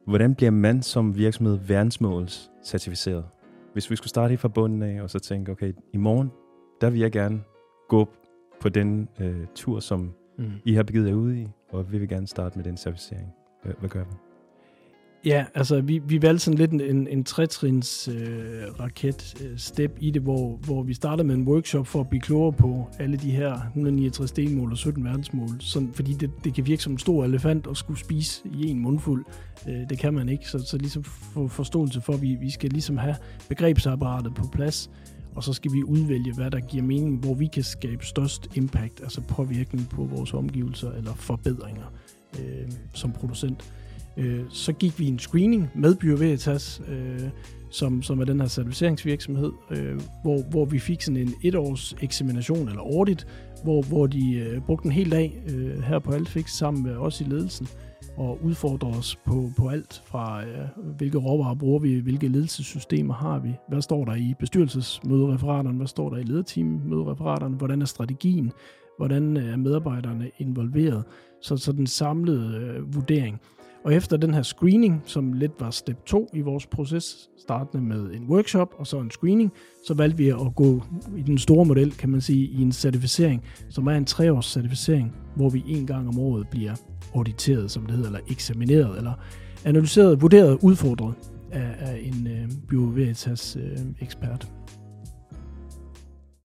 Hvordan bliver man som virksomhed verdensmåls certificeret? Hvis vi skulle starte helt fra bunden af, og så tænke, okay, i morgen, der vil jeg gerne gå på den tur, som I har begivet jer ud i, og vi vil gerne starte med den certificering. Hvad gør vi? Ja, altså vi valgte sådan lidt en tretrins raket-step i det, hvor vi startede med en workshop for at blive klogere på alle de her 169 delmål og 17 verdensmål. Sådan, fordi det kan virke som en stor elefant at skulle spise i en mundfuld. Det kan man ikke, så ligesom få forståelse for, at vi skal ligesom have begrebsapparatet på plads, og så skal vi udvælge, hvad der giver mening, hvor vi kan skabe størst impact, altså påvirkning på vores omgivelser eller forbedringer som producent. Så gik vi en screening med Bureau Veritas, som er den her certificeringsvirksomhed, hvor vi fik sådan en 1-års eksamination eller audit, hvor de brugte en hel dag her på Alfix sammen med os i ledelsen og udfordrede os på alt fra hvilke råvarer bruger vi, hvilke ledelsessystemer har vi, hvad står der i bestyrelsesmødereferaterne, hvad står der i lederteammødereferaterne, hvordan er strategien, hvordan er medarbejderne involveret, så den samlede vurdering. Og efter den her screening, som lidt var step 2 i vores proces, startende med en workshop og så en screening, så valgte vi at gå i den store model, kan man sige, i en certificering, som er en 3-års certificering, hvor vi en gang om året bliver auditeret, som det hedder, eller eksamineret, eller analyseret, vurderet, udfordret af en Bureau Veritas ekspert.